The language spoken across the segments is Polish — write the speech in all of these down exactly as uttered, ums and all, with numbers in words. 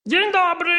Dzień dobry.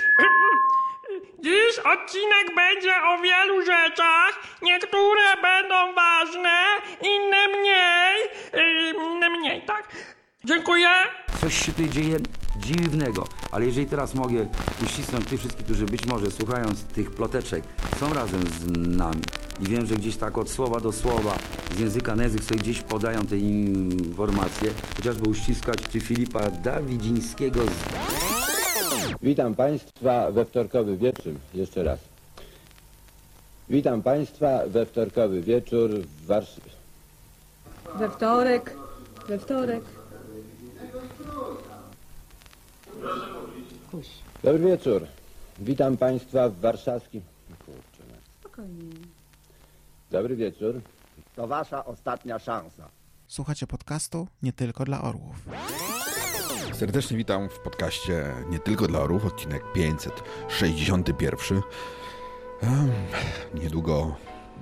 Dziś odcinek będzie o wielu rzeczach. Niektóre będą ważne, inne mniej. Inne mniej, tak? Dziękuję. Coś się tutaj dzieje dziwnego, ale jeżeli teraz mogę uścisnąć tych wszystkich, którzy być może słuchając tych ploteczek są razem z nami i wiem, że gdzieś tak od słowa do słowa z języka na język sobie gdzieś podają te informacje, chociażby uściskać czy Filipa Dawidzińskiego z... Witam Państwa we wtorkowy wieczór, jeszcze raz. Witam Państwa we wtorkowy wieczór w Warszawie. We wtorek, we wtorek. Kuś. Dobry wieczór. Witam Państwa w warszawskim... Kurczę. Spokojnie. Dobry wieczór. To wasza ostatnia szansa. Słuchacie podcastu Nie Tylko Dla Orłów. Serdecznie witam w podcaście Nie Tylko Dla Orłów, odcinek pięćset sześćdziesiąty pierwszy. Um, niedługo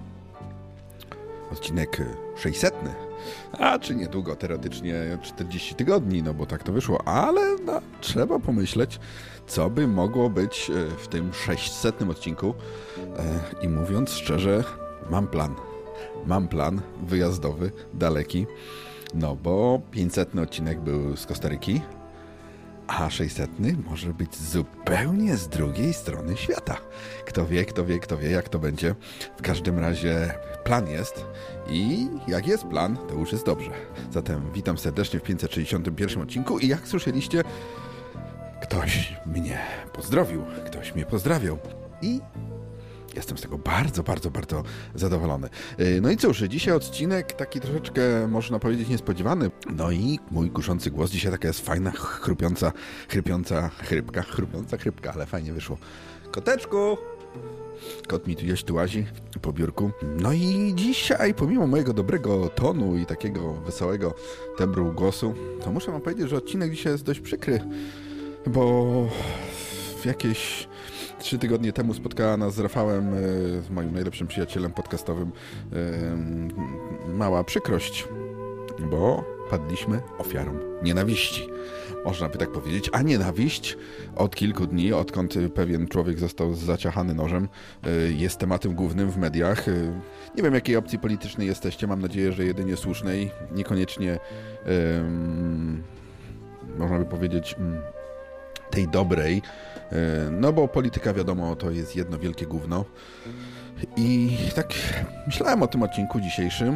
odcinek sześćsetny. A czy niedługo, teoretycznie czterdzieści tygodni, no bo tak to wyszło, ale no, trzeba pomyśleć, co by mogło być w tym sześćsetnym odcinku. I mówiąc szczerze, mam plan. Mam plan wyjazdowy, daleki, no bo pięćsetny odcinek był z Kostaryki, a sześćsetny może być zupełnie z drugiej strony świata. Kto wie, kto wie, kto wie, jak to będzie. W każdym razie plan jest i jak jest plan, to już jest dobrze. Zatem witam serdecznie w pięćset sześćdziesiątym pierwszym odcinku i jak słyszeliście, ktoś mnie pozdrowił, ktoś mnie pozdrawiał i jestem z tego bardzo, bardzo, bardzo zadowolony. No i cóż, dzisiaj odcinek taki troszeczkę, można powiedzieć, niespodziewany. No i mój kuszący głos dzisiaj taka jest fajna, chrupiąca, chrypiąca chrypka, chrupiąca chrypka, ale fajnie wyszło. Koteczku! Kot mi tu gdzieś tu łazi po biurku. No i dzisiaj, pomimo mojego dobrego tonu i takiego wesołego tembru głosu, to muszę wam powiedzieć, że odcinek dzisiaj jest dość przykry, bo w jakieś trzy tygodnie temu spotkała nas z Rafałem, z moim najlepszym przyjacielem podcastowym, mała przykrość, bo padliśmy ofiarą nienawiści. Można by tak powiedzieć, a nienawiść od kilku dni, odkąd pewien człowiek został zaciachany nożem, jest tematem głównym w mediach. Nie wiem, jakiej opcji politycznej jesteście, mam nadzieję, że jedynie słusznej, niekoniecznie, um, można by powiedzieć, um, tej dobrej, no bo polityka, wiadomo, to jest jedno wielkie gówno. I tak myślałem o tym odcinku dzisiejszym,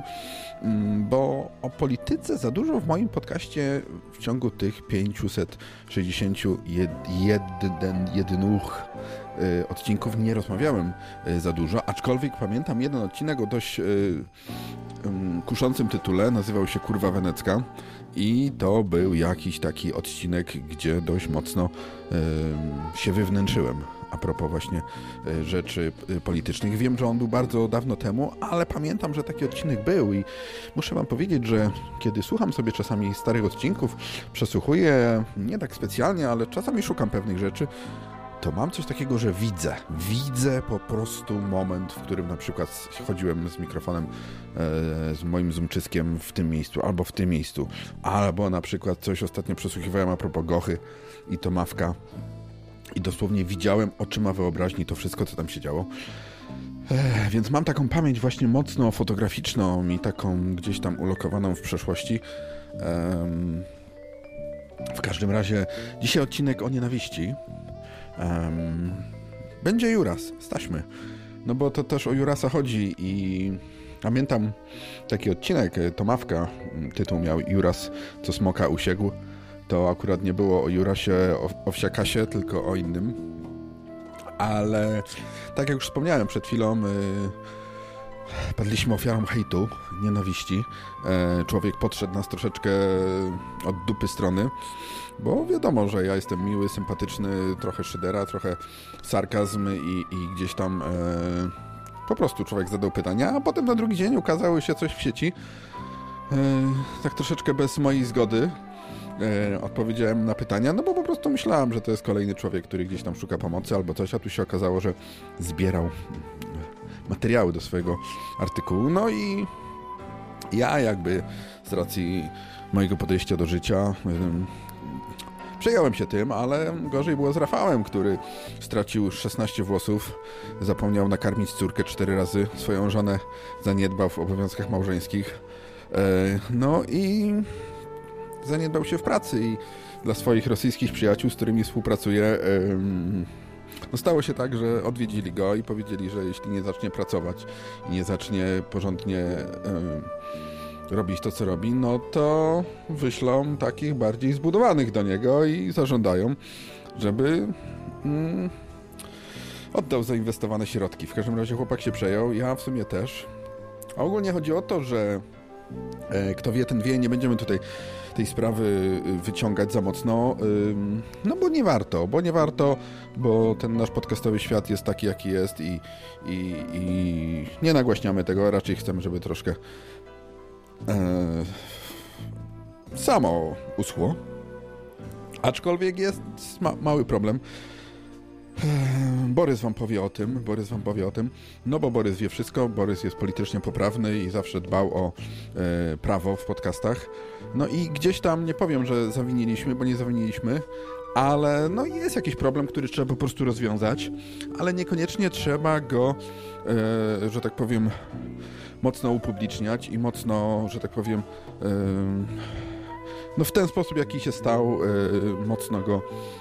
bo o polityce za dużo w moim podcaście w ciągu tych pięćset sześćdziesięciu jeden odcinków nie rozmawiałem za dużo, aczkolwiek pamiętam jeden odcinek o dość kuszącym tytule, nazywał się Kurwa Wenecka. I to był jakiś taki odcinek, gdzie dość mocno y, się wywnętrzyłem a propos właśnie y, rzeczy y, politycznych. Wiem, że on był bardzo dawno temu, ale pamiętam, że taki odcinek był i muszę wam powiedzieć, że kiedy słucham sobie czasami starych odcinków, przesłuchuję nie tak specjalnie, ale czasami szukam pewnych rzeczy, to mam coś takiego, że widzę. Widzę po prostu moment, w którym na przykład chodziłem z mikrofonem, e, z moim zoomczyskiem w tym miejscu, albo w tym miejscu. Albo na przykład coś ostatnio przesłuchiwałem a propos Gochy i Tomawka. I dosłownie widziałem oczyma wyobraźni to wszystko, co tam się działo. E, więc mam taką pamięć właśnie mocno fotograficzną i taką gdzieś tam ulokowaną w przeszłości. E, w każdym razie dzisiaj odcinek o nienawiści. Um, będzie Juras, staśmy. No bo to też o Jurasa chodzi i pamiętam taki odcinek, Tomawka, tytuł miał Juras, co smoka usiekł. To akurat nie było o Jurasie, o Owsiakasie, tylko o innym. Ale tak jak już wspomniałem przed chwilą, yy, padliśmy ofiarą hejtu, nienawiści. Yy, człowiek podszedł nas troszeczkę od dupy strony. Bo wiadomo, że ja jestem miły, sympatyczny, trochę szydera, trochę sarkazm i, i gdzieś tam e, po prostu człowiek zadał pytania, a potem na drugi dzień ukazało się coś w sieci. E, tak troszeczkę bez mojej zgody e, odpowiedziałem na pytania, no bo po prostu myślałem, że to jest kolejny człowiek, który gdzieś tam szuka pomocy albo coś, a tu się okazało, że zbierał materiały do swojego artykułu. No i ja jakby z racji mojego podejścia do życia... E, przejąłem się tym, ale gorzej było z Rafałem, który stracił szesnaście włosów, zapomniał nakarmić córkę cztery razy, swoją żonę zaniedbał w obowiązkach małżeńskich, no i zaniedbał się w pracy i dla swoich rosyjskich przyjaciół, z którymi współpracuje, no stało się tak, że odwiedzili go i powiedzieli, że jeśli nie zacznie pracować i nie zacznie porządnie robić to, co robi, no to wyślą takich bardziej zbudowanych do niego i zażądają, żeby mm, oddał zainwestowane środki. W każdym razie chłopak się przejął, ja w sumie też. A ogólnie chodzi o to, że e, kto wie, ten wie, nie będziemy tutaj tej sprawy wyciągać za mocno, ym, no bo nie warto, bo nie warto, bo ten nasz podcastowy świat jest taki, jaki jest i, i, i nie nagłaśniamy tego, raczej chcemy, żeby troszkę e, samo uschło. Aczkolwiek jest ma, mały problem. Borys wam powie o tym, Borys wam powie o tym, no bo Borys wie wszystko, Borys jest politycznie poprawny i zawsze dbał o e, prawo w podcastach. No i gdzieś tam, nie powiem, że zawiniliśmy, bo nie zawiniliśmy, ale no jest jakiś problem, który trzeba po prostu rozwiązać, ale niekoniecznie trzeba go, e, że tak powiem, mocno upubliczniać i mocno, że tak powiem, e, no w ten sposób, jaki się stał, e, mocno go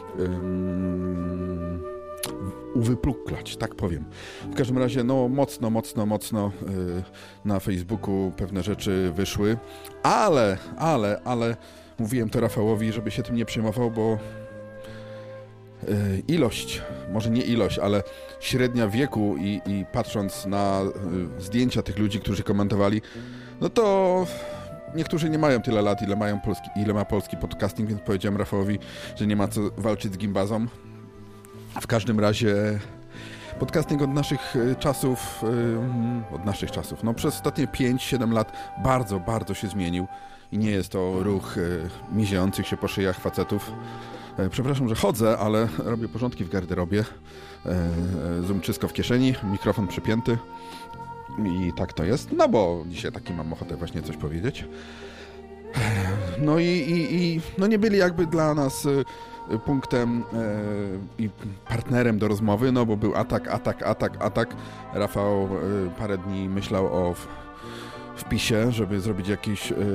e, uwypuklać, tak powiem. W każdym razie, no mocno, mocno, mocno yy, na Facebooku pewne rzeczy wyszły, ale, ale, ale mówiłem to Rafałowi, żeby się tym nie przejmował, bo yy, ilość, może nie ilość, ale średnia wieku i, i patrząc na yy, zdjęcia tych ludzi, którzy komentowali, no to niektórzy nie mają tyle lat, ile mają polski, ile ma polski podcasting, więc powiedziałem Rafałowi, że nie ma co walczyć z gimbazą. W każdym razie podcasting od naszych czasów, od naszych czasów, no przez ostatnie pięć siedem lat bardzo, bardzo się zmienił i nie jest to ruch miziejących się po szyjach facetów. Przepraszam, że chodzę, ale robię porządki w garderobie, zoomczysko w kieszeni, mikrofon przypięty i tak to jest, no bo dzisiaj taki mam ochotę właśnie coś powiedzieć. No i, i, i no nie byli jakby dla nas punktem e, i partnerem do rozmowy, no bo był atak, atak, atak, atak. Rafał e, parę dni myślał o w, wpisie, żeby zrobić jakiś e,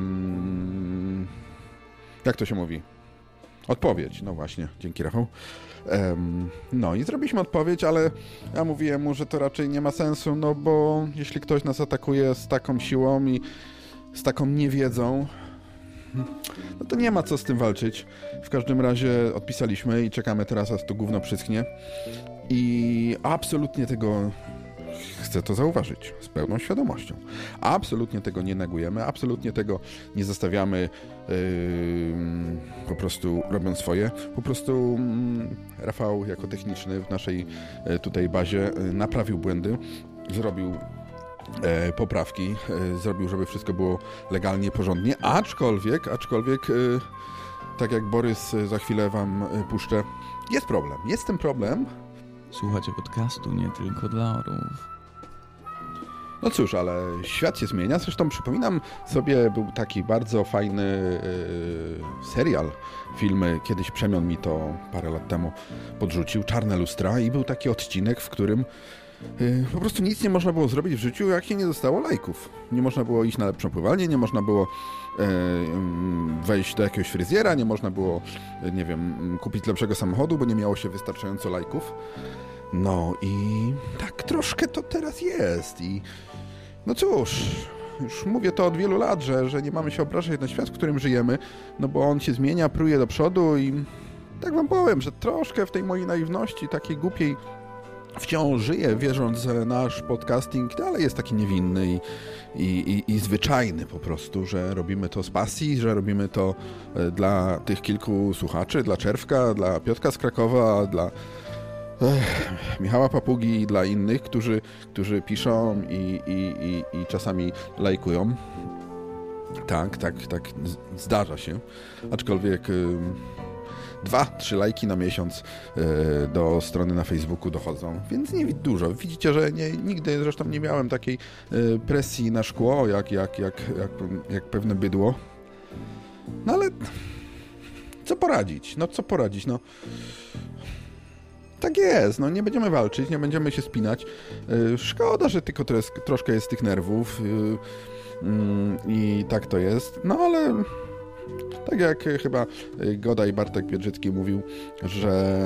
jak to się mówi? Odpowiedź, no właśnie, dzięki Rafał. E, no i zrobiliśmy odpowiedź, ale ja mówiłem mu, że to raczej nie ma sensu, no bo jeśli ktoś nas atakuje z taką siłą i z taką niewiedzą, no to nie ma co z tym walczyć. W każdym razie odpisaliśmy i czekamy teraz, aż to gówno przyschnie. I absolutnie tego, chcę to zauważyć, z pełną świadomością, absolutnie tego nie negujemy, absolutnie tego nie zostawiamy yy, po prostu robiąc swoje. Po prostu yy, Rafał jako techniczny w naszej yy, tutaj bazie yy, naprawił błędy, zrobił E, poprawki, e, zrobił, żeby wszystko było legalnie, porządnie, aczkolwiek, aczkolwiek e, tak jak Borys e, za chwilę wam e, puszczę, jest problem, jest ten problem. Słuchacie podcastu nie tylko dla orłów. No cóż, ale świat się zmienia, zresztą przypominam sobie, był taki bardzo fajny e, serial, filmy, kiedyś Przemian mi to parę lat temu podrzucił, Czarne lustra, i był taki odcinek, w którym po prostu nic nie można było zrobić w życiu, jak się nie dostało lajków. Nie można było iść na lepszą pływalnię, nie można było e, wejść do jakiegoś fryzjera, nie można było, nie wiem, kupić lepszego samochodu, bo nie miało się wystarczająco lajków. No i tak troszkę to teraz jest. I no cóż, już mówię to od wielu lat, że, że nie mamy się obrażać na świat, w którym żyjemy, no bo on się zmienia, pruje do przodu i tak wam powiem, że troszkę w tej mojej naiwności, takiej głupiej, wciąż żyję, wierząc, że nasz podcasting dalej jest taki niewinny i, i, i, i zwyczajny po prostu, że robimy to z pasji, że robimy to dla tych kilku słuchaczy, dla Czerwka, dla Piotrka z Krakowa, dla ech, Michała Papugi i dla innych, którzy, którzy piszą i, i, i, i czasami lajkują. Tak, tak, tak, zdarza się. Aczkolwiek dwa, trzy lajki na miesiąc y, do strony na Facebooku dochodzą, więc nie dużo. Widzicie, że nie, nigdy zresztą nie miałem takiej y, presji na szkło, jak, jak, jak, jak, jak pewne bydło. No ale co poradzić? No co poradzić? No tak jest, no nie będziemy walczyć, nie będziemy się spinać. Yy, szkoda, że tylko tros, troszkę jest tych nerwów yy, yy, i tak to jest. No ale tak jak chyba Goda i Bartek Biedrzycki mówił, że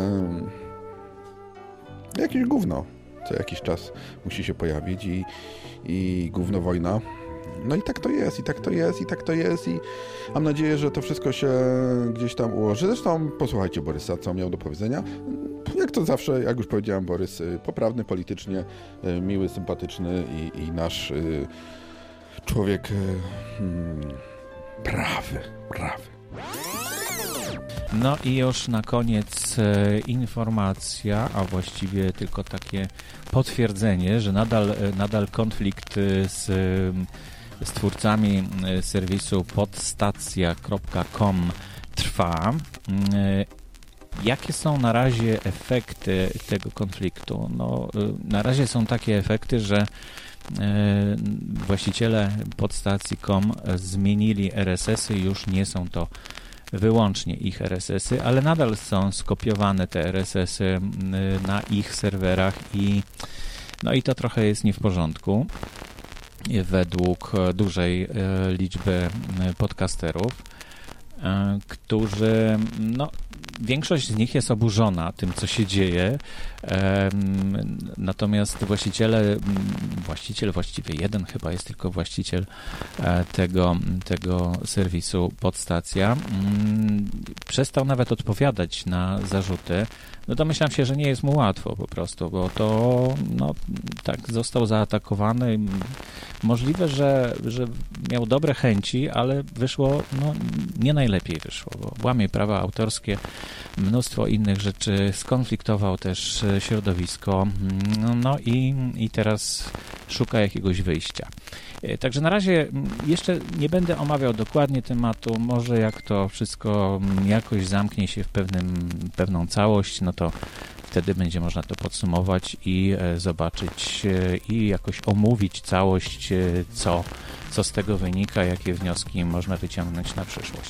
jakieś gówno co jakiś czas musi się pojawić i, i gówno wojna. No i tak to jest, i tak to jest, i tak to jest i mam nadzieję, że to wszystko się gdzieś tam ułoży. Zresztą posłuchajcie Borysa, co miał do powiedzenia. Jak to zawsze, jak już powiedziałem, Borys poprawny politycznie, miły, sympatyczny i, i nasz y, człowiek y, hmm, prawy, prawy. No i już na koniec e, informacja, a właściwie tylko takie potwierdzenie, że nadal, e, nadal konflikt e, z, e, z twórcami e, serwisu podstacja kropka com trwa. E, Jakie są na razie efekty tego konfliktu? No, e, na razie są takie efekty, że e, właściciele podstacji kropka com zmienili R S S-y, już nie są to wyłącznie ich R S S-y, ale nadal są skopiowane te R S S-y na ich serwerach i no i to trochę jest nie w porządku według dużej liczby podcasterów, którzy no większość z nich jest oburzona tym, co się dzieje, natomiast właściciele, właściciel właściwie jeden chyba jest tylko właściciel tego, tego serwisu Podstacja, przestał nawet odpowiadać na zarzuty. No domyślam się, że nie jest mu łatwo po prostu, bo to no tak został zaatakowany. Możliwe, że, że miał dobre chęci, ale wyszło, no nie najlepiej wyszło, bo łamie prawa autorskie, mnóstwo innych rzeczy, skonfliktował też środowisko, no i, i teraz szuka jakiegoś wyjścia. Także na razie jeszcze nie będę omawiał dokładnie tematu, może jak to wszystko jakoś zamknie się w pewnym, pewną całość, no to wtedy będzie można to podsumować i zobaczyć i jakoś omówić całość, co, co z tego wynika, jakie wnioski można wyciągnąć na przyszłość.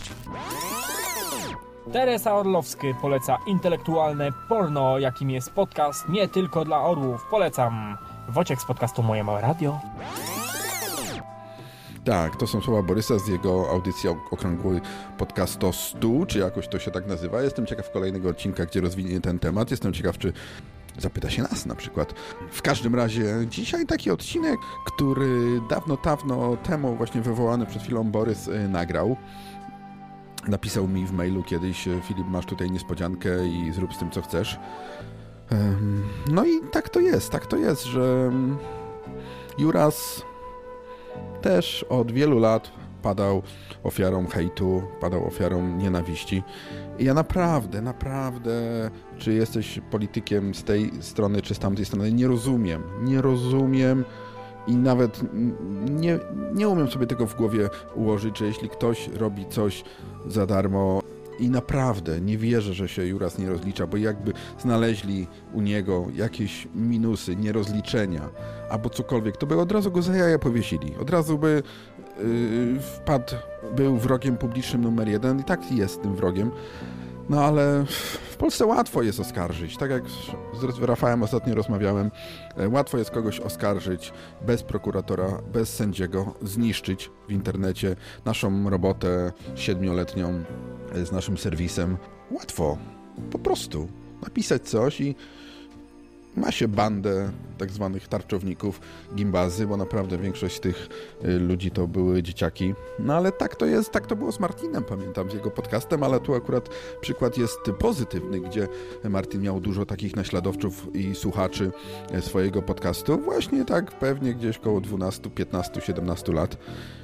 Teresa Orlowski poleca intelektualne porno, jakim jest podcast Nie Tylko Dla Orłów. Polecam. Wojciech z podcastu Moje Małe Radio. Tak, to są słowa Borysa z jego audycji okrągłej Podcasto stu, czy jakoś to się tak nazywa. Jestem ciekaw kolejnego odcinka, gdzie rozwinie ten temat. Jestem ciekaw, czy zapyta się nas na przykład. W każdym razie dzisiaj taki odcinek, który dawno, dawno temu właśnie wywołany przed chwilą Borys nagrał. Napisał mi w mailu kiedyś: Filip, masz tutaj niespodziankę i zrób z tym, co chcesz. No i tak to jest, tak to jest, że Juras też od wielu lat padał ofiarą hejtu, padał ofiarą nienawiści. I ja naprawdę, naprawdę, czy jesteś politykiem z tej strony, czy z tamtej strony, nie rozumiem, nie rozumiem i nawet nie, nie umiem sobie tego w głowie ułożyć, że jeśli ktoś robi coś za darmo i naprawdę nie wierzę, że się Juras nie rozlicza, bo jakby znaleźli u niego jakieś minusy, nierozliczenia albo cokolwiek, to by od razu go za jaja powiesili. Od razu by yy, wpadł, był wrogiem publicznym numer jeden i tak jest tym wrogiem. No ale w Polsce łatwo jest oskarżyć. Tak jak z Rafałem ostatnio rozmawiałem, łatwo jest kogoś oskarżyć bez prokuratora, bez sędziego, zniszczyć w internecie naszą robotę siedmioletnią z naszym serwisem. Łatwo, po prostu napisać coś i ma się bandę tak zwanych tarczowników, gimbazy, bo naprawdę większość z tych ludzi to były dzieciaki. No ale tak to jest, tak to było z Martinem, pamiętam, z jego podcastem, ale tu akurat przykład jest pozytywny, gdzie Martin miał dużo takich naśladowców i słuchaczy swojego podcastu. Właśnie tak pewnie gdzieś koło dwunastu, piętnastu, siedemnastu lat.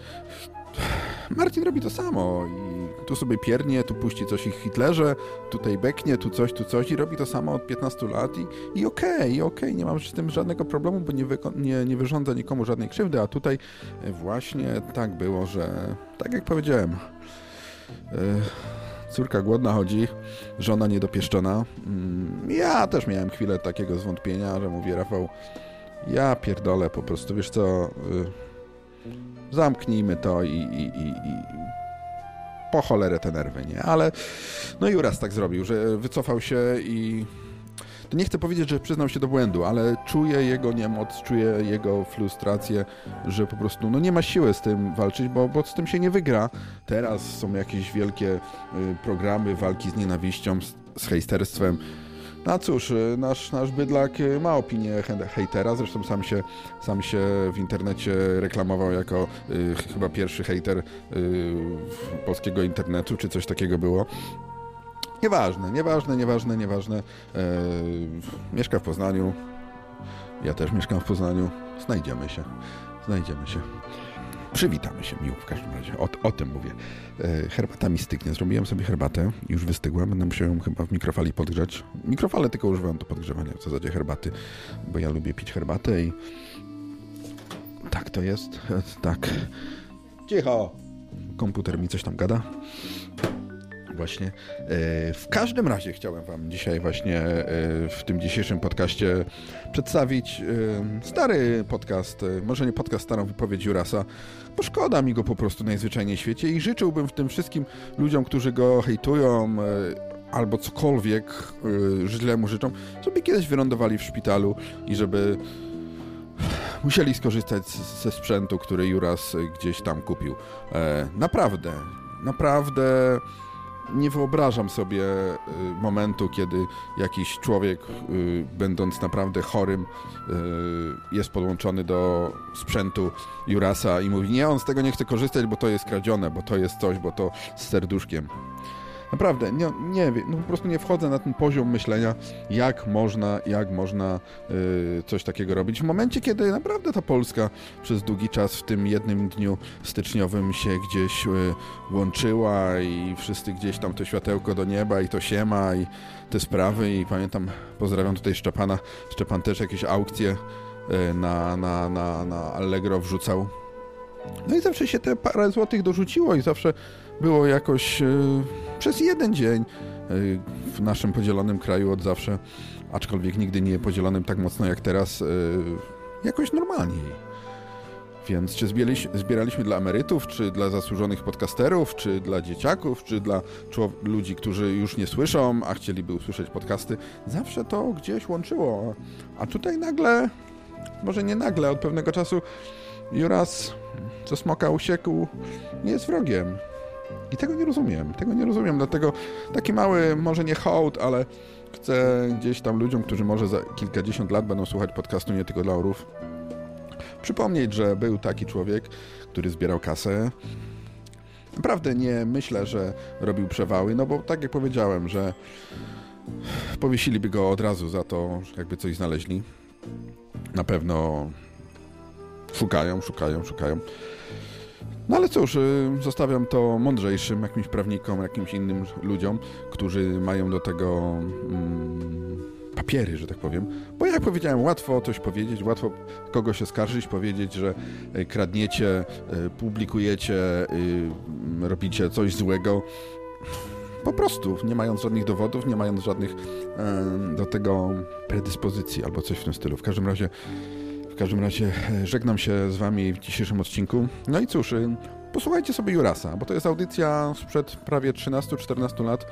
Martin robi to samo i tu sobie piernie, tu puści coś ich Hitlerze, tutaj beknie, tu coś, tu coś i robi to samo od piętnastu lat i, i okej, okay, okej, okay, nie mam z tym żadnego problemu, bo nie, wyko- nie, nie wyrządza nikomu żadnej krzywdy, a tutaj właśnie tak było, że tak jak powiedziałem, yy, córka głodna chodzi, żona niedopieszczona. Yy, ja też miałem chwilę takiego zwątpienia, że mówię: Rafał, ja pierdolę po prostu, wiesz co... Yy, zamknijmy to i, i, i, i po cholerę te nerwy, nie? Ale no Juras tak zrobił, że wycofał się i to nie chcę powiedzieć, że przyznał się do błędu, ale czuję jego niemoc, czuję jego frustrację, że po prostu no nie ma siły z tym walczyć, bo, bo z tym się nie wygra. Teraz są jakieś wielkie y, programy walki z nienawiścią, z, z hejsterstwem. No cóż, nasz, nasz bydlak ma opinię hejtera, zresztą sam się, sam się w internecie reklamował jako y, chyba pierwszy hejter y, polskiego internetu, czy coś takiego było. Nieważne, nieważne, nieważne, nieważne. E, mieszka w Poznaniu. Ja też mieszkam w Poznaniu. Znajdziemy się. Znajdziemy się. Przywitamy się miło w każdym razie. O, o tym mówię. E, herbata mi stygnie. Zrobiłem sobie herbatę. Już wystygła. Będę musiał ją chyba w mikrofali podgrzać. Mikrofale tylko używam do podgrzewania w zasadzie herbaty, bo ja lubię pić herbatę i tak to jest. E, tak. Cicho! Komputer mi coś tam gada. Właśnie. W każdym razie chciałem wam dzisiaj właśnie w tym dzisiejszym podcaście przedstawić stary podcast, może nie podcast, starą wypowiedź Jurasa, bo szkoda mi go po prostu najzwyczajniej w świecie i życzyłbym w tym wszystkim ludziom, którzy go hejtują albo cokolwiek źle mu życzą, żeby kiedyś wylądowali w szpitalu i żeby musieli skorzystać z, ze sprzętu, który Juras gdzieś tam kupił. Naprawdę, naprawdę nie wyobrażam sobie momentu, kiedy jakiś człowiek, będąc naprawdę chorym, jest podłączony do sprzętu Jurasa i mówi, nie, on z tego nie chce korzystać, bo to jest kradzione, bo to jest coś, bo to z serduszkiem. Naprawdę, nie, nie wiem, no po prostu nie wchodzę na ten poziom myślenia, jak można, jak można y, coś takiego robić. W momencie, kiedy naprawdę ta Polska przez długi czas w tym jednym dniu styczniowym się gdzieś y, łączyła i wszyscy gdzieś tam to światełko do nieba i to siema i te sprawy i pamiętam, pozdrawiam tutaj Szczepana, Szczepan też jakieś aukcje y, na, na, na, na Allegro wrzucał. No i zawsze się te parę złotych dorzuciło i zawsze było jakoś yy, przez jeden dzień yy, w naszym podzielonym kraju od zawsze, aczkolwiek nigdy nie podzielonym tak mocno jak teraz, yy, jakoś normalniej. Więc czy zbieraliśmy, zbieraliśmy dla emerytów, czy dla zasłużonych podcasterów, czy dla dzieciaków, czy dla ludzi, którzy już nie słyszą, a chcieliby usłyszeć podcasty, zawsze to gdzieś łączyło. A tutaj nagle, może nie nagle, od pewnego czasu Juras, co smoka usiekł, nie jest wrogiem. I tego nie rozumiem, tego nie rozumiem, dlatego taki mały, może nie hołd, ale chcę gdzieś tam ludziom, którzy może za kilkadziesiąt lat będą słuchać podcastu Nie Tylko Dla Orłów, przypomnieć, że był taki człowiek, który zbierał kasę. Naprawdę nie myślę, że robił przewały, no bo tak jak powiedziałem, że powiesiliby go od razu za to, jakby coś znaleźli. Na pewno szukają, szukają, szukają. No ale cóż, zostawiam to mądrzejszym, jakimś prawnikom, jakimś innym ludziom, którzy mają do tego mm, papiery, że tak powiem. Bo jak powiedziałem, łatwo coś powiedzieć, łatwo kogoś oskarżyć, powiedzieć, że kradniecie, publikujecie, robicie coś złego. Po prostu, nie mając żadnych dowodów, nie mając żadnych do tego predyspozycji albo coś w tym stylu. W każdym razie W każdym razie żegnam się z wami w dzisiejszym odcinku. No i cóż, posłuchajcie sobie Jurasa, bo to jest audycja sprzed prawie trzynastu czternastu lat,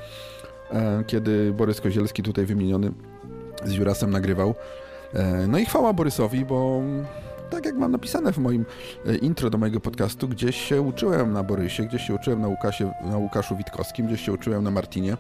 kiedy Borys Kozielski, tutaj wymieniony, z Jurasem nagrywał. No i chwała Borysowi, bo tak jak mam napisane w moim intro do mojego podcastu, gdzieś się uczyłem na Borysie, gdzieś się uczyłem na, Łukasie, na Łukaszu Witkowskim, gdzieś się uczyłem na Martinie.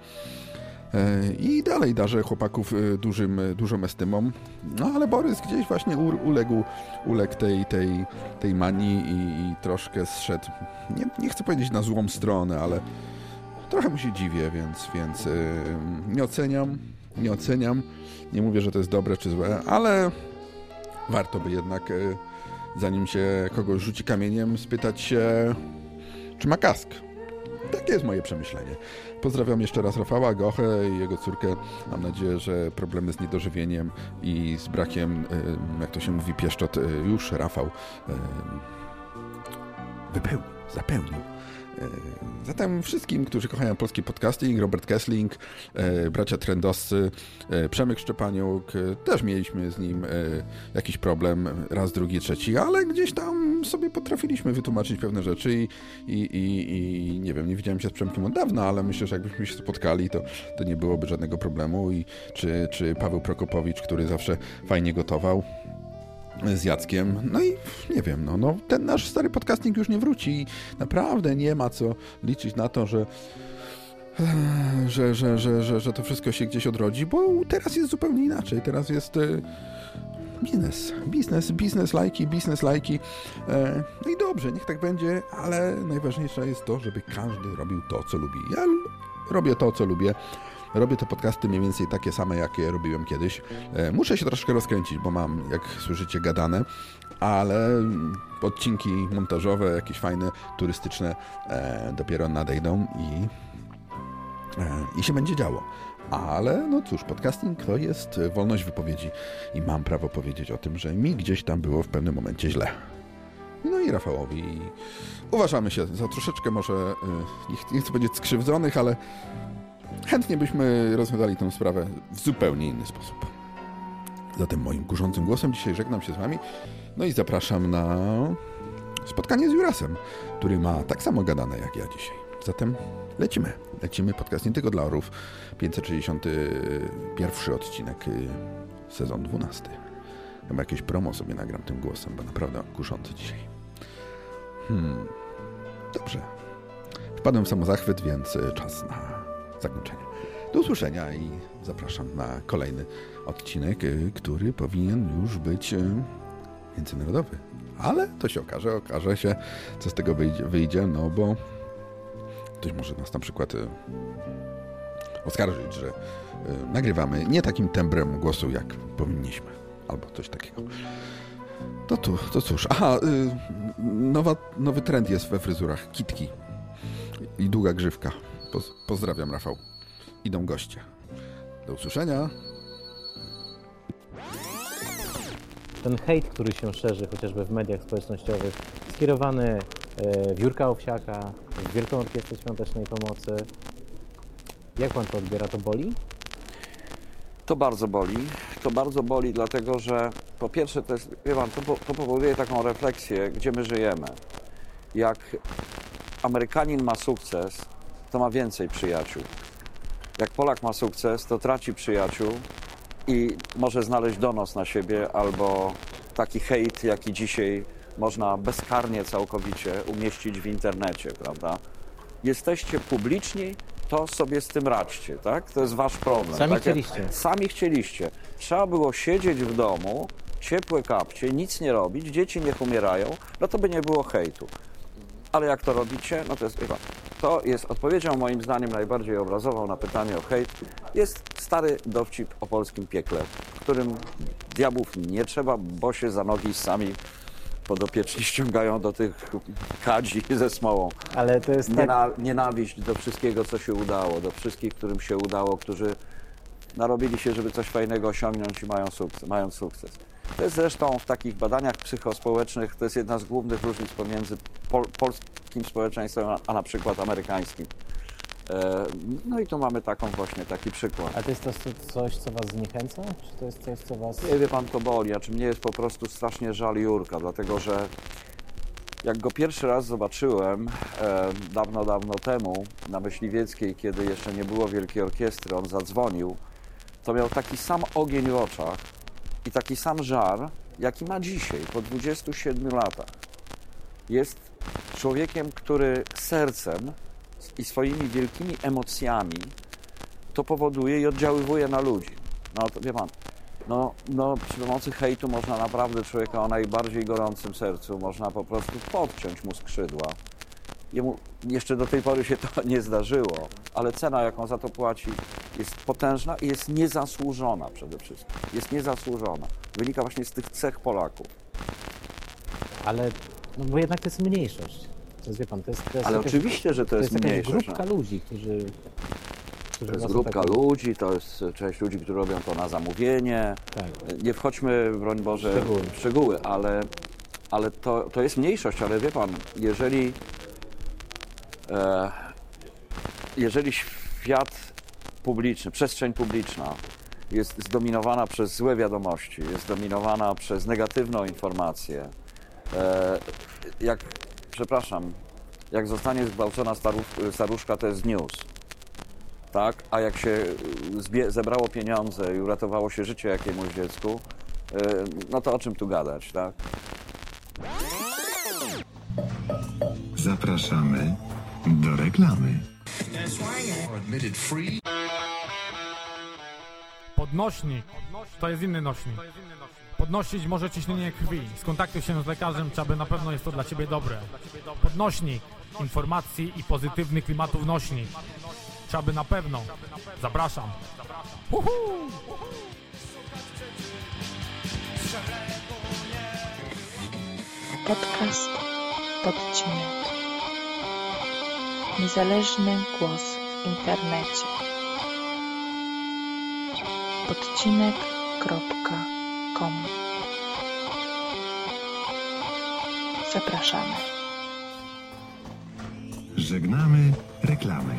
I dalej darzę chłopaków dużym, dużą estymą. No ale Borys gdzieś właśnie uległ, uległ tej, tej, tej manii i, i troszkę zszedł, nie, nie chcę powiedzieć na złą stronę, ale trochę mu się dziwię, więc, więc yy, nie oceniam, nie oceniam, nie mówię, że to jest dobre czy złe, ale warto by jednak, yy, zanim się kogoś rzuci kamieniem, spytać się, czy ma kask. Takie jest moje przemyślenie. Pozdrawiam jeszcze raz Rafała Gochę i jego córkę. Mam nadzieję, że problemy z niedożywieniem i z brakiem, jak to się mówi, pieszczot już Rafał wypełnił, zapełnił. Zatem wszystkim, którzy kochają polski podcasting, Robert Kessling, bracia Trendowscy, Przemek Szczepaniuk, też mieliśmy z nim jakiś problem, raz, drugi, trzeci, ale gdzieś tam sobie potrafiliśmy wytłumaczyć pewne rzeczy i, i, i, i nie wiem, nie widziałem się z Przemkiem od dawna, ale myślę, że jakbyśmy się spotkali, to, to nie byłoby żadnego problemu. I czy, czy Paweł Prokopowicz, który zawsze fajnie gotował z Jackiem. No i nie wiem, no, no ten nasz stary podcasting już nie wróci i naprawdę nie ma co liczyć na to, że że, że, że, że, że to wszystko się gdzieś odrodzi, bo teraz jest zupełnie inaczej. Teraz jest e, biznes, biznes, biznes lajki, biznes lajki. E, no i dobrze, niech tak będzie, ale najważniejsze jest to, żeby każdy robił to, co lubi. Ja robię to, co lubię. Robię te podcasty mniej więcej takie same, jakie robiłem kiedyś. E, muszę się troszkę rozkręcić, bo mam, jak słyszycie, gadane, ale odcinki montażowe, jakieś fajne, turystyczne e, dopiero nadejdą i, e, i się będzie działo. Ale no cóż, podcasting to jest wolność wypowiedzi i mam prawo powiedzieć o tym, że mi gdzieś tam było w pewnym momencie źle. No i Rafałowi. Uważamy się za troszeczkę może, e, nie, nie chcę powiedzieć skrzywdzonych, ale chętnie byśmy rozwiązali tę sprawę w zupełnie inny sposób. Zatem moim kurzącym głosem dzisiaj żegnam się z wami, no i zapraszam na spotkanie z Jurasem, który ma tak samo gadane jak ja dzisiaj. Zatem lecimy. Lecimy, podcast nie tylko dla orłów, pięćset sześćdziesiąty pierwszy odcinek, sezon dwunasty. Chyba jakieś promo sobie nagram tym głosem, bo naprawdę kuszący dzisiaj. Hmm. Dobrze. Wpadłem w samozachwyt, więc czas na zakończenie. Do usłyszenia i zapraszam na kolejny odcinek, który powinien już być międzynarodowy. Ale to się okaże, okaże się, co z tego wyjdzie, wyjdzie, no bo ktoś może nas na przykład oskarżyć, że nagrywamy nie takim tembrem głosu, jak powinniśmy, albo coś takiego. To, tu, to cóż, aha, nowa, nowy trend jest we fryzurach, kitki i długa grzywka. Poz, pozdrawiam, Rafał. Idą goście. Do usłyszenia. Ten hejt, który się szerzy chociażby w mediach społecznościowych, skierowany w Jurka Owsiaka, w Wielką Orkiestrę Świątecznej Pomocy. Jak pan to odbiera? To boli? To bardzo boli. To bardzo boli, dlatego że po pierwsze to jest, wie pan, to, to powoduje taką refleksję, gdzie my żyjemy. Jak Amerykanin ma sukces, to ma więcej przyjaciół. Jak Polak ma sukces, to traci przyjaciół i może znaleźć donos na siebie albo taki hejt, jaki dzisiaj można bezkarnie całkowicie umieścić w internecie, prawda? Jesteście publiczni, to sobie z tym radźcie, tak? To jest wasz problem. Sami tak? chcieliście. Sami chcieliście. Trzeba było siedzieć w domu, ciepłe kapcie, nic nie robić, dzieci niech umierają, no to by nie było hejtu. Ale jak to robicie, no to jest, chyba, to jest odpowiedzią moim zdaniem najbardziej obrazową na pytanie o hejt. Jest stary dowcip o polskim piekle, w którym diabłów nie trzeba, bo się za nogi sami podopieczni ściągają do tych kadzi ze smołą. Ale to jest Niena, tak... Nienawiść do wszystkiego, co się udało, do wszystkich, którym się udało, którzy narobili się, żeby coś fajnego osiągnąć i mają sukces. Mają sukces. To jest zresztą w takich badaniach psychospołecznych, to jest jedna z głównych różnic pomiędzy pol polskim społeczeństwem, a, a na przykład amerykańskim. E, no i tu mamy taką właśnie taki przykład. A to jest to coś, co was zniechęca? Czy to jest coś, co was... Nie wie pan, to boli, a czy mnie jest po prostu strasznie żal Jurka, dlatego że jak go pierwszy raz zobaczyłem e, dawno, dawno temu na Myśliwieckiej, kiedy jeszcze nie było Wielkiej Orkiestry, on zadzwonił, to miał taki sam ogień w oczach i taki sam żar, jaki ma dzisiaj, po dwudziestu siedmiu latach. Jest człowiekiem, który sercem i swoimi wielkimi emocjami to powoduje i oddziaływuje na ludzi. No to wie pan, no, no przy pomocy hejtu można naprawdę człowieka o najbardziej gorącym sercu, można po prostu podciąć mu skrzydła. Jemu jeszcze do tej pory się to nie zdarzyło, ale cena, jaką za to płaci, jest potężna i jest niezasłużona przede wszystkim. Jest niezasłużona. Wynika właśnie z tych cech Polaków. Ale, no bo jednak to jest mniejszość. To jest, wie pan, to jest, to jest Ale jakaś, oczywiście, że to, to jest, jest mniejszość. To jest grupka no. ludzi, którzy... którzy to jest grupka taką... ludzi, to jest część ludzi, którzy robią to na zamówienie. Tak. Nie wchodźmy, broń Boże, szczegóły. w szczegóły, ale, ale to, to jest mniejszość. Ale wie pan, jeżeli E, jeżeli świat publiczny, przestrzeń publiczna jest zdominowana przez złe wiadomości, jest zdominowana przez negatywną informację, e, jak, przepraszam, jak zostanie zgwałcona staruszka, to jest news, tak? A jak się zbie, zebrało pieniądze i uratowało się życie jakiemuś dziecku, e, no to o czym tu gadać, tak? Zapraszamy do reklamy. Podnośnik to jest inny nośnik. Podnosić może ciśnienie krwi. Skontaktuj się z lekarzem, czy aby na pewno jest to dla Ciebie dobre. Podnośnik informacji i pozytywnych klimatów nośnik. Czy aby na pewno. Zapraszam. Uhu! Podcast Podcinek. Niezależny głos w internecie. podcinek kropka com. Zapraszamy. Żegnamy reklamy.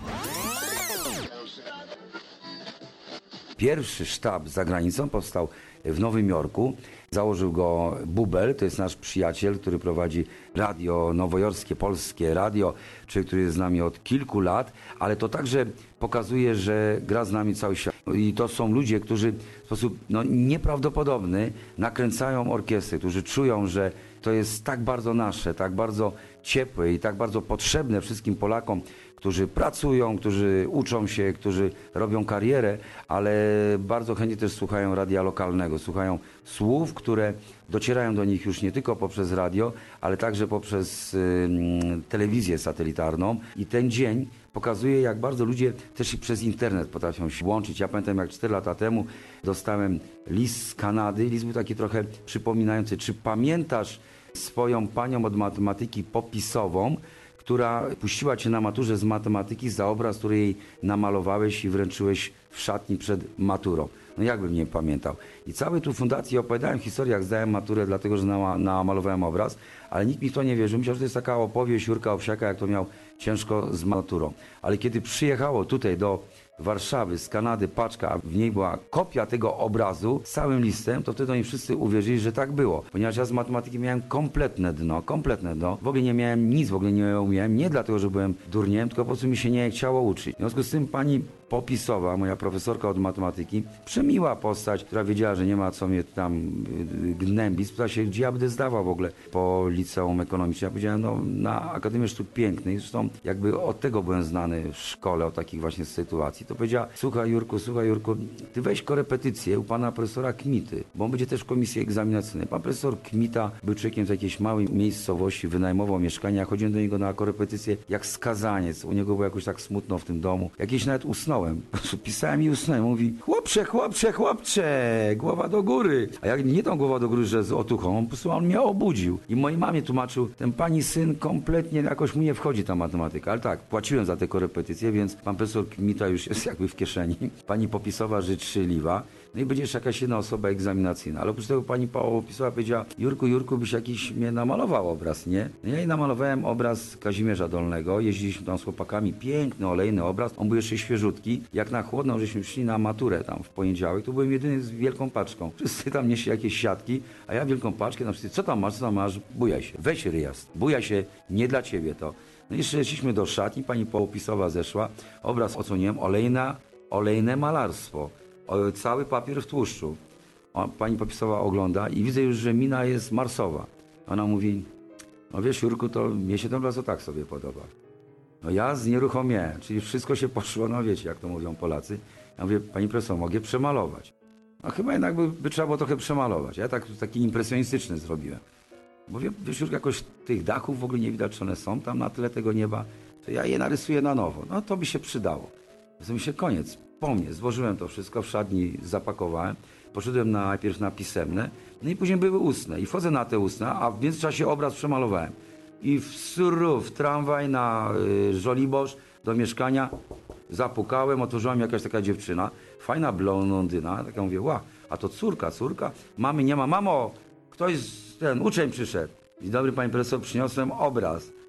Pierwszy sztab za granicą powstał w Nowym Jorku. Założył go Bubel, to jest nasz przyjaciel, który prowadzi radio nowojorskie, polskie radio, czyli który jest z nami od kilku lat, ale to także pokazuje, że gra z nami cały świat. I to są ludzie, którzy w sposób no, nieprawdopodobny nakręcają orkiestry, którzy czują, że to jest tak bardzo nasze, tak bardzo ciepłe i tak bardzo potrzebne wszystkim Polakom, którzy pracują, którzy uczą się, którzy robią karierę, ale bardzo chętnie też słuchają radia lokalnego, słuchają słów, które docierają do nich już nie tylko poprzez radio, ale także poprzez y, telewizję satelitarną. I ten dzień pokazuje, jak bardzo ludzie też i przez internet potrafią się łączyć. Ja pamiętam, jak cztery lata temu dostałem list z Kanady. List był taki trochę przypominający, czy pamiętasz swoją panią od matematyki popisową, która puściła cię na maturze z matematyki za obraz, który jej namalowałeś i wręczyłeś w szatni przed maturą. No jakbym nie pamiętał. I całej tu fundacji opowiadałem historię, jak zdałem maturę, dlatego że namalowałem obraz, ale nikt mi w to nie wierzył. Myślał, że to jest taka opowieść Jurka Owsiaka, jak to miał ciężko z maturą. Ale kiedy przyjechało tutaj do Warszawy z Kanady paczka, a w niej była kopia tego obrazu z całym listem, to wtedy oni wszyscy uwierzyli, że tak było. Ponieważ ja z matematyki miałem kompletne dno, kompletne dno. W ogóle nie miałem nic, w ogóle nie umiałem. Nie dlatego, że byłem durniem, tylko po prostu mi się nie chciało uczyć. W związku z tym pani popisowa, moja profesorka od matematyki, przemiła postać, która wiedziała, że nie ma co mnie tam gnębić. Spytała się, gdzie ja będę zdawał w ogóle po liceum ekonomicznym. Ja powiedziałem, no na Akademię Sztuk Pięknych. Zresztą jakby od tego byłem znany w szkole, od takich właśnie sytuacji. To powiedziała, słuchaj Jurku, słuchaj Jurku, ty weź korepetycję u pana profesora Kmity, bo on będzie też w komisji egzaminacyjnej. Pan profesor Kmita był człowiekiem z jakiejś małej miejscowości, wynajmował mieszkanie, ja chodziłem do niego na korepetycję jak skazaniec. U niego było jakoś tak smutno w tym domu. Jakieś nawet usnąłem. Pisałem i usnąłem. Mówi, chłopcze, chłopcze, chłopcze, głowa do góry. A jak nie tą głowa do góry, że z otuchą, on po prostu on mnie obudził. I mojej mamie tłumaczył, ten pani syn kompletnie jakoś mu nie wchodzi ta matematyka. Ale tak, płaciłem za te korepetycje, więc pan profesor Kmita już jest jakby w kieszeni. Pani popisowa życzliwa. No i będzie jeszcze jakaś jedna osoba egzaminacyjna. Ale oprócz tego pani popisowa powiedziała, Jurku, Jurku, byś jakiś mnie namalował obraz, nie? No ja jej namalowałem obraz Kazimierza Dolnego. Jeździliśmy tam z chłopakami. Piękny, olejny obraz. On był jeszcze świeżutki. Jak na chłodną, żeśmy szli na maturę tam w poniedziałek, to byłem jedyny z wielką paczką. Wszyscy tam nieśli jakieś siatki, a ja wielką paczkę. Tam wszyscy, co tam masz, co tam masz? Bujaj się. Weź ryjast. Bujaj się. Nie dla ciebie to. No i jeszcze szliśmy do szatni. Pani popisowa zeszła. Obraz odsłoniłem. Olejna, olejne malarstwo. O, cały papier w tłuszczu. O, pani popisowa ogląda i widzę już, że mina jest marsowa. Ona mówi, no wiesz Jurku, to mnie się ten obraz o tak sobie podoba. No ja znieruchomiałem, czyli wszystko się poszło, no wiecie, jak to mówią Polacy. Ja mówię, pani profesor, mogę przemalować. No chyba jednak by, by trzeba było trochę przemalować. Ja tak, taki impresjonistyczny zrobiłem. Bo wie, wiesz, Jurku, jakoś tych dachów w ogóle nie widać, czy one są tam na tyle tego nieba. To ja je narysuję na nowo. No to by się przydało. To mi się koniec. Po mnie. Złożyłem to wszystko, w szatni zapakowałem. Poszedłem najpierw na pisemne, no i później były ustne. I wchodzę na te ustne, a w międzyczasie obraz przemalowałem. I w surów, tramwaj na y, Żoliborz do mieszkania zapukałem, otworzyła mi jakaś taka dziewczyna, fajna blondyna, tak ja mówię, ła, a to córka, córka, mamy nie ma, mamo, ktoś, ten uczeń przyszedł. Dzień dobry, pani profesor, przyniosłem obraz.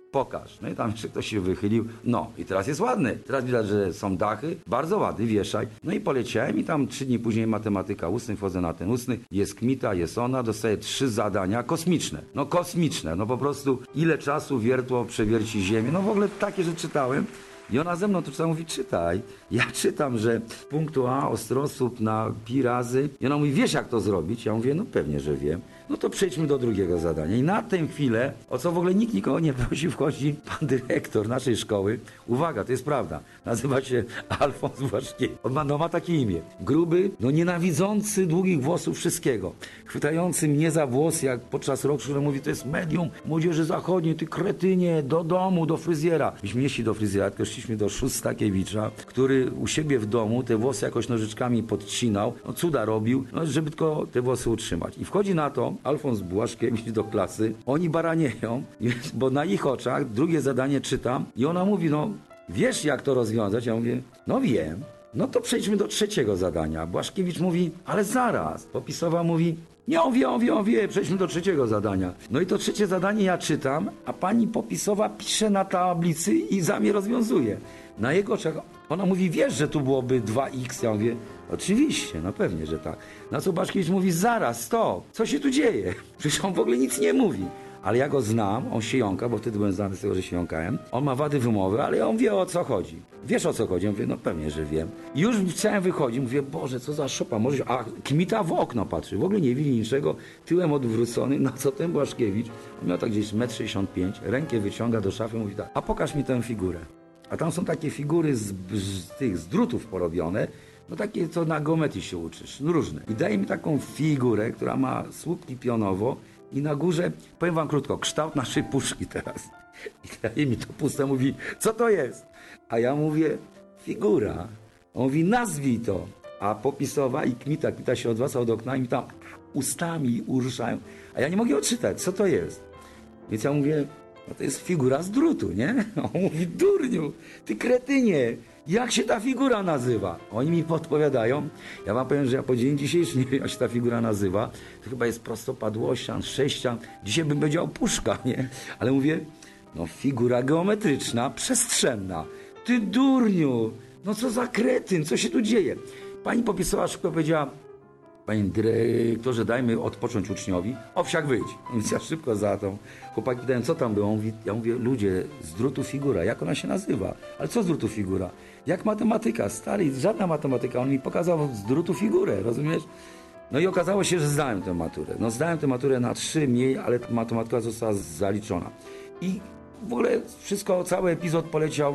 pokaż. No i tam jeszcze ktoś się wychylił. No i teraz jest ładny. Teraz widać, że są dachy. Bardzo ładny, wieszaj. No i poleciałem i tam trzy dni później matematyka ustny, wchodzę na ten ustny. Jest kmita, jest ona, dostaję trzy zadania kosmiczne. No kosmiczne. No po prostu ile czasu wiertło przewierci Ziemię. No w ogóle takie, że czytałem. I ona ze mną to czyta, mówi, czytaj. Ja czytam, że z punktu A ostrosłup na pi razy. I ona mówi, wiesz jak to zrobić? Ja mówię, no pewnie, że wiem. No to przejdźmy do drugiego zadania. I na tę chwilę, o co w ogóle nikt nikogo nie prosi, wchodzi pan dyrektor naszej szkoły. Uwaga, to jest prawda. Nazywa się Alfons Błaszkiewicz. On ma, no, ma takie imię. Gruby, no nienawidzący długich włosów wszystkiego. Chwytający mnie za włos, jak podczas roku, który mówi, to jest medium młodzieży zachodniej, ty kretynie, do domu, do fryzjera. Myśmy nie szli do fryzjera, tylko szliśmy do Szóstakiewicza, który u siebie w domu te włosy jakoś nożyczkami podcinał, no cuda robił, no, żeby tylko te włosy utrzymać. I wchodzi na to Alfons Błaszkiewicz do klasy, oni baranieją, bo na ich oczach drugie zadanie czytam i ona mówi, no wiesz jak to rozwiązać? Ja mówię, no wiem. No to przejdźmy do trzeciego zadania. Błaszkiewicz mówi, ale zaraz. Popisowa mówi, nie, on wie, on wie, on wie, przejdźmy do trzeciego zadania. No i to trzecie zadanie ja czytam, a pani popisowa pisze na tablicy i za mnie rozwiązuje. Na jego oczach ona mówi, wiesz, że tu byłoby dwa iks? Ja mówię, oczywiście, no pewnie, że tak. Na co Błaszkiewicz mówi, zaraz, stop, co się tu dzieje? Przecież on w ogóle nic nie mówi. Ale ja go znam, on się jąka, bo wtedy byłem znany z tego, że się jąkałem. On ma wady wymowy, ale on wie, o co chodzi. Wiesz, o co chodzi? Ja mówię, no pewnie, że wiem. I już chciałem wychodzić, mówię, Boże, co za szopa, może... A kmita w okno patrzy, w ogóle nie widzi niczego, tyłem odwrócony, na co ten Błaszkiewicz, on miał tak gdzieś metr sześćdziesiąt pięć, rękę wyciąga do szafy, mówi tak, a pokaż mi tę figurę. A tam są takie figury z, z tych, z drutów porobione, no takie, co na geometrii się uczysz, no różne. I daje mi taką figurę, która ma słupki pionowo, i na górze, powiem wam krótko, kształt naszej puszki teraz. I daje mi to puste, mówi, co to jest? A ja mówię, figura. On mówi, nazwij to. A popisowa i kmita, kmita się odwraca od okna i mi tam ustami uruszają. A ja nie mogę odczytać, co to jest? Więc ja mówię, no to jest figura z drutu, nie? On mówi, durniu, ty kretynie, jak się ta figura nazywa? Oni mi podpowiadają. Ja wam powiem, że ja po dzień dzisiejszy nie wiem, jak się ta figura nazywa. To chyba jest prostopadłościan, sześcian. Dzisiaj bym powiedział puszka, nie? Ale mówię, no figura geometryczna, przestrzenna. Ty durniu, no co za kretyn, co się tu dzieje? Pani popisowa szybko powiedziała, panie dyrektorze, dajmy odpocząć uczniowi. Owsiak, wyjdź. Więc ja szybko za tą. Chłopaki pytają, co tam było? On mówi, ja mówię, ludzie, z drutu figura. Jak ona się nazywa? Ale co z drutu figura? Jak matematyka? Stary, żadna matematyka. On mi pokazał z drutu figurę, rozumiesz? No i okazało się, że zdałem tę maturę. No zdałem tę maturę na trzy mniej, ale matematyka została zaliczona. I w ogóle wszystko, cały epizod poleciał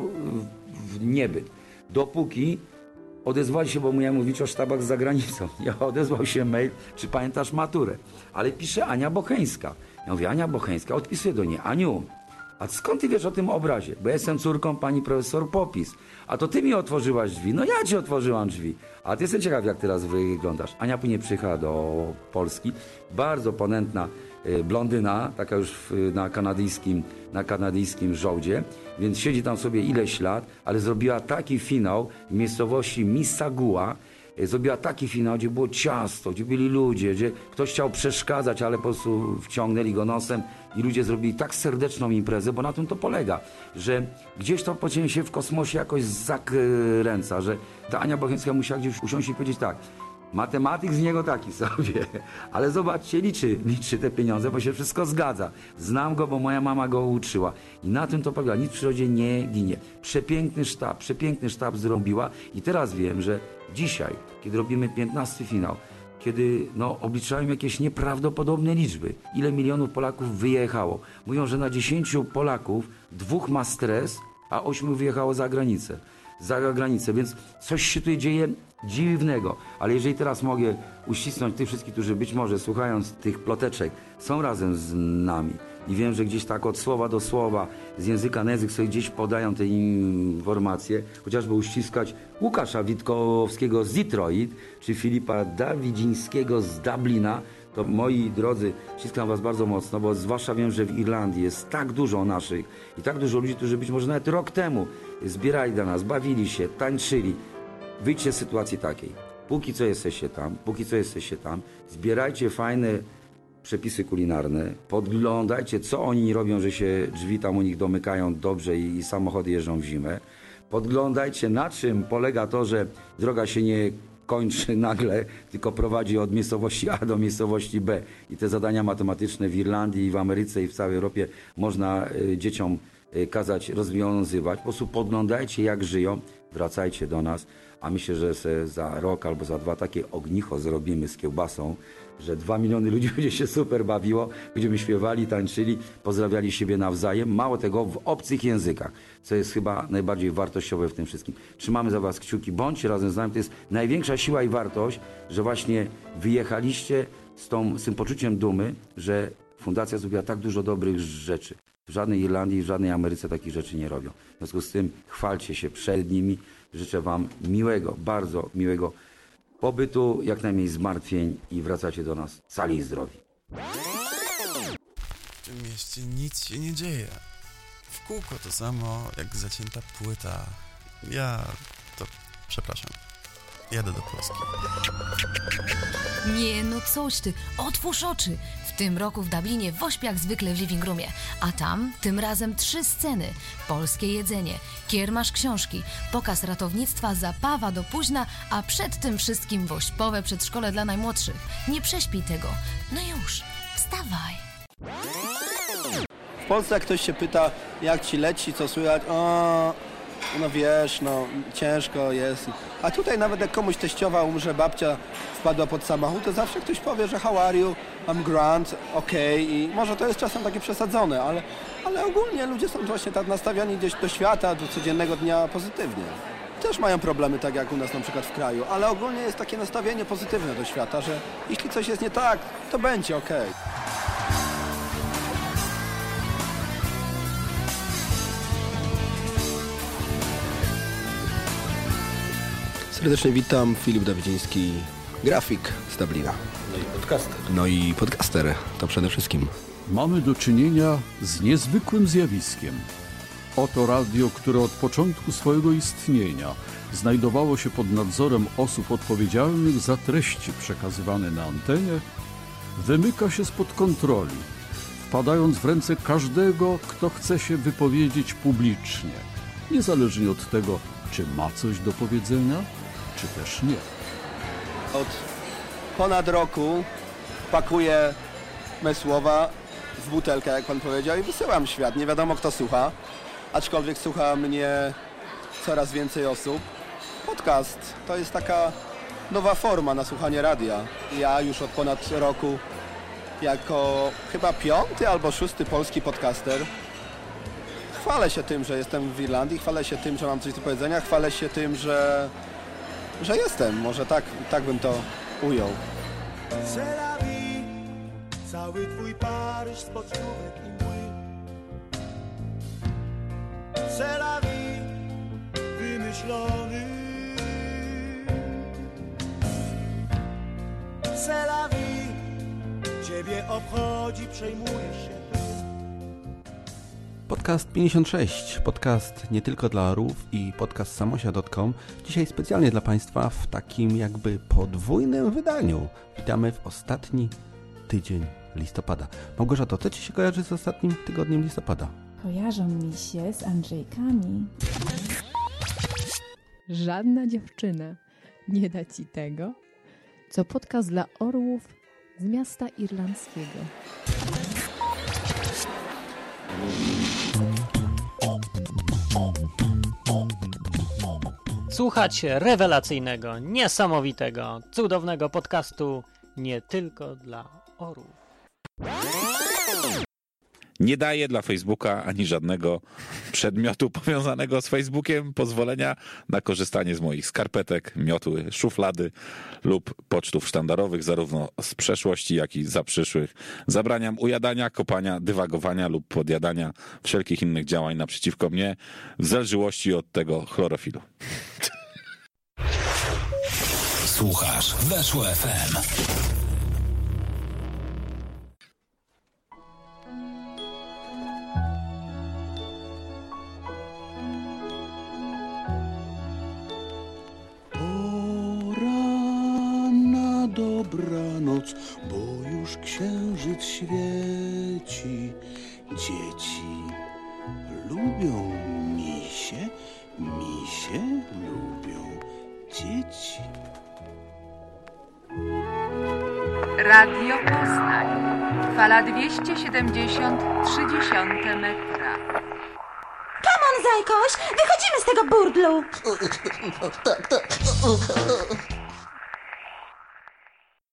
w niebyt. Dopóki odezwali się, bo miałem mówić o sztabach za granicą. Ja odezwał się mail, czy pamiętasz maturę? Ale pisze Ania Bocheńska. Ja mówię, Ania Bocheńska, odpisuję do niej, Aniu, a skąd ty wiesz o tym obrazie? Bo ja jestem córką pani profesor Popis. A to ty mi otworzyłaś drzwi. No ja ci otworzyłam drzwi. A ty jestem ciekaw, jak teraz wyglądasz. Ania później przyjechała do Polski. Bardzo ponętna y, blondyna, taka już w, na kanadyjskim, na kanadyjskim żołdzie. Więc siedzi tam sobie ileś lat, ale zrobiła taki finał w miejscowości Mississauga. Zrobiła taki finał, gdzie było ciasto, gdzie byli ludzie, gdzie ktoś chciał przeszkadzać, ale po prostu wciągnęli go nosem i ludzie zrobili tak serdeczną imprezę, bo na tym to polega, że gdzieś to pociągnie się w kosmosie jakoś zakręca, że ta Ania Bocheńska musiała gdzieś usiąść i powiedzieć tak, matematyk z niego taki sobie, ale zobaczcie, liczy, liczy te pieniądze, bo się wszystko zgadza. Znam go, bo moja mama go uczyła. I na tym to polega. Nic w przyrodzie nie ginie. Przepiękny sztab, przepiękny sztab zrobiła i teraz wiem, że dzisiaj, kiedy robimy piętnasty finał, kiedy no, obliczałem jakieś nieprawdopodobne liczby, ile milionów Polaków wyjechało. Mówią, że na dziesięciu Polaków dwóch ma stres, a ośmiu wyjechało za granicę. Za granicę, więc coś się tutaj dzieje dziwnego. Ale jeżeli teraz mogę uścisnąć tych wszystkich, którzy być może słuchając tych ploteczek są razem z nami i wiem, że gdzieś tak od słowa do słowa, z języka na język sobie gdzieś podają te informacje, chociażby uściskać Łukasza Witkowskiego z Detroit, czy Filipa Dawidzińskiego z Dublina, to moi drodzy, ściskam was bardzo mocno, bo zwłaszcza wiem, że w Irlandii jest tak dużo naszych i tak dużo ludzi, którzy być może nawet rok temu zbierali dla nas, bawili się, tańczyli. Wyjdźcie z sytuacji takiej. Póki co jesteście tam, póki co jesteście tam, zbierajcie fajne przepisy kulinarne, podglądajcie, co oni robią, że się drzwi tam u nich domykają dobrze i, i samochody jeżdżą w zimę. Podglądajcie, na czym polega to, że droga się nie kończy nagle, tylko prowadzi od miejscowości A do miejscowości B. I te zadania matematyczne w Irlandii i w Ameryce i w całej Europie można y, dzieciom y, kazać rozwiązywać. Po prostu podglądajcie, jak żyją, wracajcie do nas, a myślę, że se za rok albo za dwa takie ognicho zrobimy z kiełbasą, że dwa miliony ludzi będzie się super bawiło, będziemy śpiewali, tańczyli, pozdrawiali siebie nawzajem, mało tego w obcych językach, co jest chyba najbardziej wartościowe w tym wszystkim. Trzymamy za was kciuki, bądźcie razem z nami, to jest największa siła i wartość, że właśnie wyjechaliście z, tą, z tym poczuciem dumy, że fundacja zrobiła tak dużo dobrych rzeczy. W żadnej Irlandii, w żadnej Ameryce takich rzeczy nie robią. W związku z tym chwalcie się przed nimi, życzę wam miłego, bardzo miłego pobytu, jak najmniej zmartwień i wracacie do nas cali i zdrowi. W tym mieście nic się nie dzieje. W kółko to samo, jak zacięta płyta. Ja to... przepraszam. Jadę do Polski. Nie, no coś ty, otwórz oczy. W tym roku w Dublinie wośp jak zwykle w living roomie, a tam tym razem trzy sceny. Polskie jedzenie, kiermasz książki, pokaz ratownictwa, zabawa do późna, a przed tym wszystkim wośpowe przedszkole dla najmłodszych. Nie prześpij tego. No już, wstawaj. W Polsce jak ktoś się pyta, jak ci leci, co słychać, o, no wiesz, no ciężko jest. A tutaj nawet jak komuś teściowa umrze, babcia wpadła pod samochód, to zawsze ktoś powie, że how are you, I'm grand, okej. Okay. I może to jest czasem takie przesadzone, ale, ale ogólnie ludzie są właśnie tak nastawiani gdzieś do świata, do codziennego dnia pozytywnie. Też mają problemy, tak jak u nas na przykład w kraju, ale ogólnie jest takie nastawienie pozytywne do świata, że jeśli coś jest nie tak, to będzie okej. Okay. Serdecznie witam, Filip Dawidziński, grafik z Dublina. No i podcaster. No i podcaster, to przede wszystkim. Mamy do czynienia z niezwykłym zjawiskiem. Oto radio, które od początku swojego istnienia znajdowało się pod nadzorem osób odpowiedzialnych za treści przekazywane na antenie, wymyka się spod kontroli, wpadając w ręce każdego, kto chce się wypowiedzieć publicznie, niezależnie od tego, czy ma coś do powiedzenia, czy też nie. Od ponad roku pakuję me słowa w butelkę, jak pan powiedział, i wysyłam w świat. Nie wiadomo, kto słucha, aczkolwiek słucha mnie coraz więcej osób. Podcast to jest taka nowa forma na słuchanie radia. Ja już od ponad roku jako chyba piąty albo szósty polski podcaster chwalę się tym, że jestem w Irlandii, chwalę się tym, że mam coś do powiedzenia, chwalę się tym, że, że jestem. Może tak, tak bym to ujął. C'est la vie, cały twój Paryż, spoczówek i mły. C'est la vie, wymyślony. C'est la vie, ciebie obchodzi, przejmujesz się. Podcast pięćdziesiąt sześć, podcast nie tylko dla orłów i podcast samosia kropka com. Dzisiaj specjalnie dla Państwa w takim jakby podwójnym wydaniu. Witamy w ostatni tydzień listopada. Małgorzato, co Ci się kojarzy z ostatnim tygodniem listopada? Kojarzą mi się z Andrzejkami. Żadna dziewczyna nie da Ci tego, co podcast dla orłów z miasta irlandzkiego. Słuchacie rewelacyjnego, niesamowitego, cudownego podcastu nie tylko dla orłów. Nie daję dla Facebooka ani żadnego przedmiotu powiązanego z Facebookiem pozwolenia na korzystanie z moich skarpetek, miotły, szuflady lub pocztów sztandarowych, zarówno z przeszłości, jak i za przyszłych. Zabraniam ujadania, kopania, dywagowania lub podjadania wszelkich innych działań naprzeciwko mnie w zależności od tego chlorofilu. Słuchasz Weszło F M. dobranoc, bo już księżyc świeci. Dzieci lubią misie, misie lubią dzieci. Radio Poznań. Fala dwieście siedemdziesiąt przecinek trzy metra. Come on, Zajkoś! Wychodzimy z tego burdlu! Tak, tak.